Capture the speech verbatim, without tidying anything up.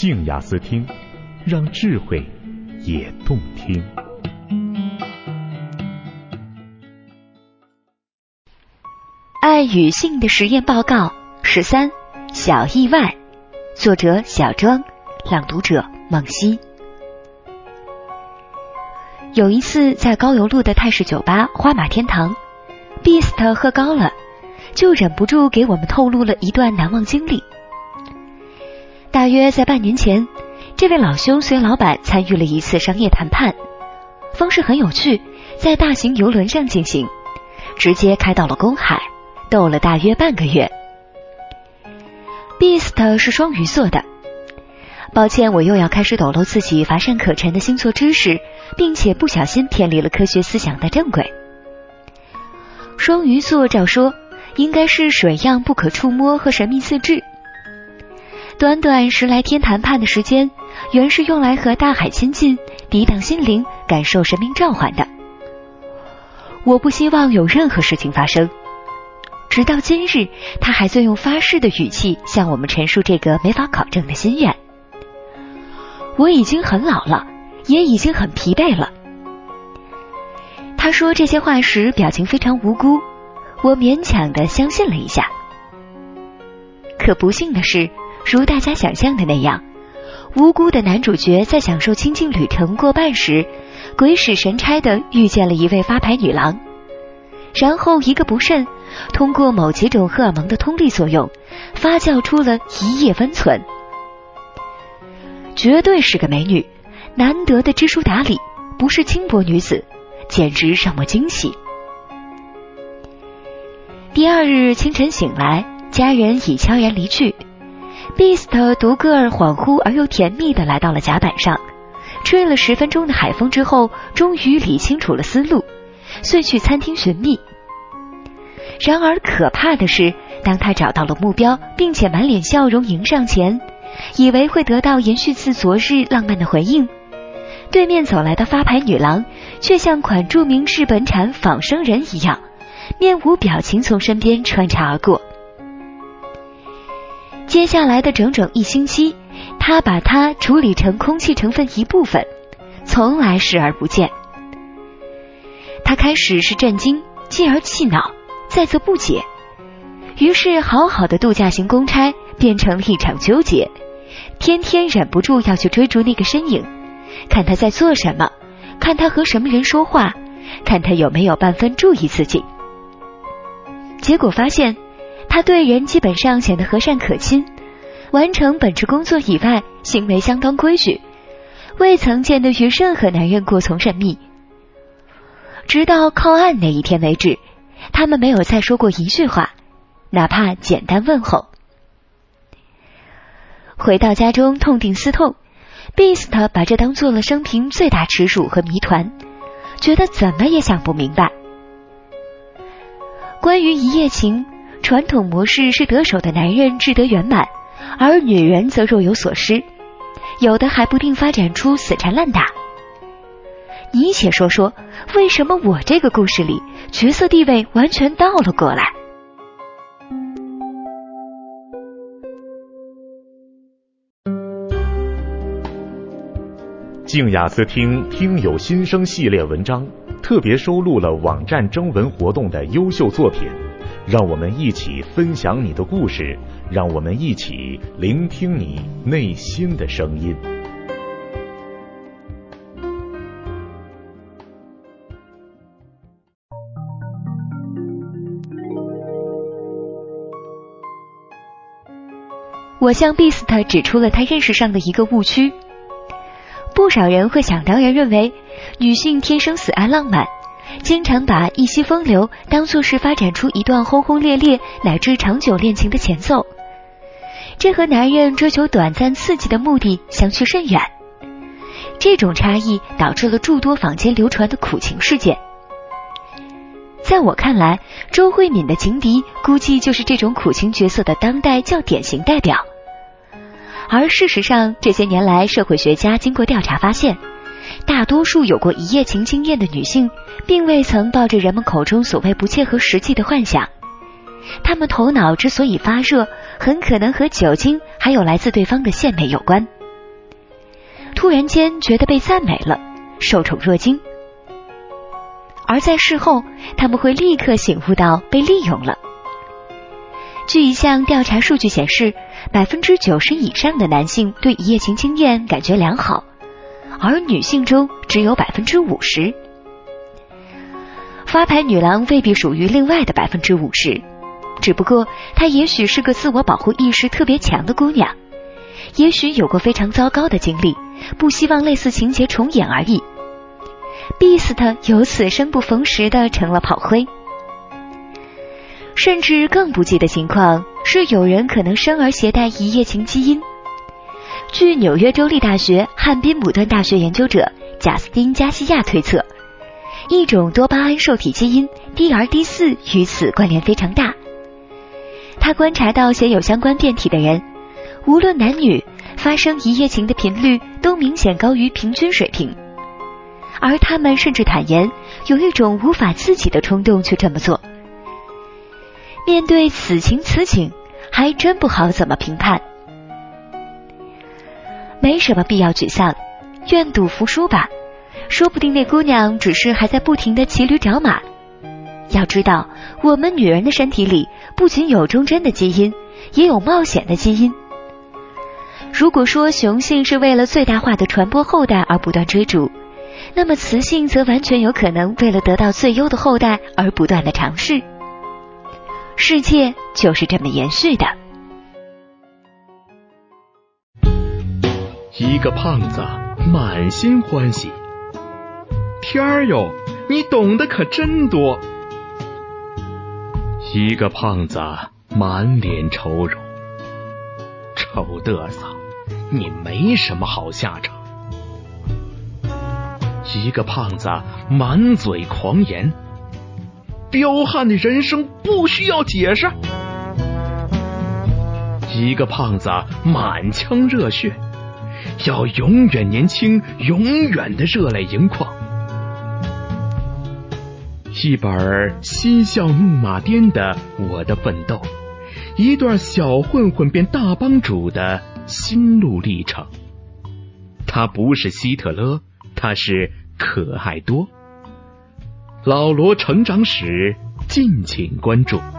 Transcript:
静雅思听，让智慧也动听。 爱与性的实验报告十三，小意外，作者小庄，朗读者梦溪。有一次在高邮路的泰式酒吧花马天堂， Beast 喝高了，就忍不住给我们透露了一段难忘经历。大约在半年前，这位老兄随老板参与了一次商业谈判，方式很有趣，在大型游轮上进行，直接开到了公海，斗了大约半个月。 Beast 是双鱼座的，抱歉我又要开始抖露自己乏善可陈的星座知识，并且不小心偏离了科学思想的正轨。双鱼座照说应该是水样不可触摸和神秘自制，短短十来天谈判的时间，原是用来和大海亲近，抵挡心灵，感受神明召唤的。我不希望有任何事情发生，直到今日，他还在用发誓的语气向我们陈述这个没法考证的心愿。我已经很老了，也已经很疲惫了。他说这些话时表情非常无辜，我勉强地相信了一下。可不幸的是，如大家想象的那样，无辜的男主角在享受清静旅程过半时，鬼使神差地遇见了一位发牌女郎，然后一个不慎，通过某几种荷尔蒙的通力作用，发酵出了一夜温存。绝对是个美女，难得的知书达理，不是轻薄女子，简直让我惊喜。第二日清晨醒来，家人已悄然离去， Beast 独个儿恍惚而又甜蜜地来到了甲板上，吹了十分钟的海风之后，终于理清楚了思路，遂去餐厅寻觅。然而可怕的是，当他找到了目标，并且满脸笑容迎上前，以为会得到延续自昨日浪漫的回应，对面走来的发牌女郎却像款著名日本产仿生人一样，面无表情从身边穿插而过。接下来的整整一星期，他把它处理成空气成分一部分，从来视而不见。他开始是震惊，继而气恼，再则不解，于是好好的度假型公差变成了一场纠结，天天忍不住要去追逐那个身影，看他在做什么，看他和什么人说话，看他有没有半分注意自己。结果发现他对人基本上显得和善可亲，完成本职工作以外行为相当规矩，未曾见得与任何男人过从甚密。直到靠岸那一天为止，他们没有再说过一句话，哪怕简单问候。回到家中痛定思痛， Beast 把这当做了生平最大耻辱和谜团，觉得怎么也想不明白。关于一夜情，传统模式是得手的男人志得圆满，而女人则若有所失，有的还不定发展出死缠烂打。你且说说，为什么我这个故事里角色地位完全倒了过来？ 静雅思听听友新生系列文章特别收录了网站征文活动的优秀作品，让我们一起分享你的故事，让我们一起聆听你内心的声音。 我向 Beast 指出了他认识上的一个误区。不少人会想当然认为女性天生死爱浪漫，经常把一夕风流当作是发展出一段轰轰烈烈乃至长久恋情的前奏，这和男人追求短暂刺激的目的相去甚远。这种差异导致了诸多坊间流传的苦情事件。在我看来，周慧敏的情敌估计就是这种苦情角色的当代较典型代表。而事实上，这些年来社会学家经过调查发现，大多数有过一夜情经验的女性并未曾抱着人们口中所谓不切合实际的幻想，她们头脑之所以发热，很可能和酒精还有来自对方的献媚有关。 突然间觉得被赞美了，受宠若惊。而在事后，他们会立刻醒悟到被利用了。据一项调查数据显示， 百分之九十 以上的男性对一夜情经验感觉良好，而女性中只有 百分之五十。 发牌女郎未必属于另外的 百分之五十， 只不过她也许是个自我保护意识特别强的姑娘，也许有过非常糟糕的经历，不希望类似情节重演而已。Beast 由此生不逢时的成了炮灰。甚至更不济的情况是，有人可能生而携带一夜情基因。据纽约州立大学汉宾姆顿大学研究者贾斯汀·加西亚推测，一种多巴胺受体基因 D R D 四 与此关联非常大。他观察到写有相关变体的人，无论男女，发生一夜情的频率都明显高于平均水平，而他们甚至坦言有一种无法自己的冲动去这么做。面对此情此景，还真不好怎么评判。没什么必要沮丧，愿赌服输吧，说不定那姑娘只是还在不停地骑驴找马。要知道，我们女人的身体里不仅有忠贞的基因，也有冒险的基因。如果说雄性是为了最大化的传播后代而不断追逐，那么雌性则完全有可能为了得到最优的后代而不断的尝试。世界就是这么延续的。 一个胖子满心欢喜，天儿哟，你懂得可真多。一个胖子满脸愁容，丑嘚瑟，你没什么好下场。一个胖子满嘴狂言，彪悍的人生不需要解释。一个胖子满腔热血，要永远年轻，永远的热泪盈眶。一本嬉笑怒马颠的我的奋斗，一段小混混变大帮主的心路历程。他不是希特勒，他是可爱多。老罗成长史，敬请关注。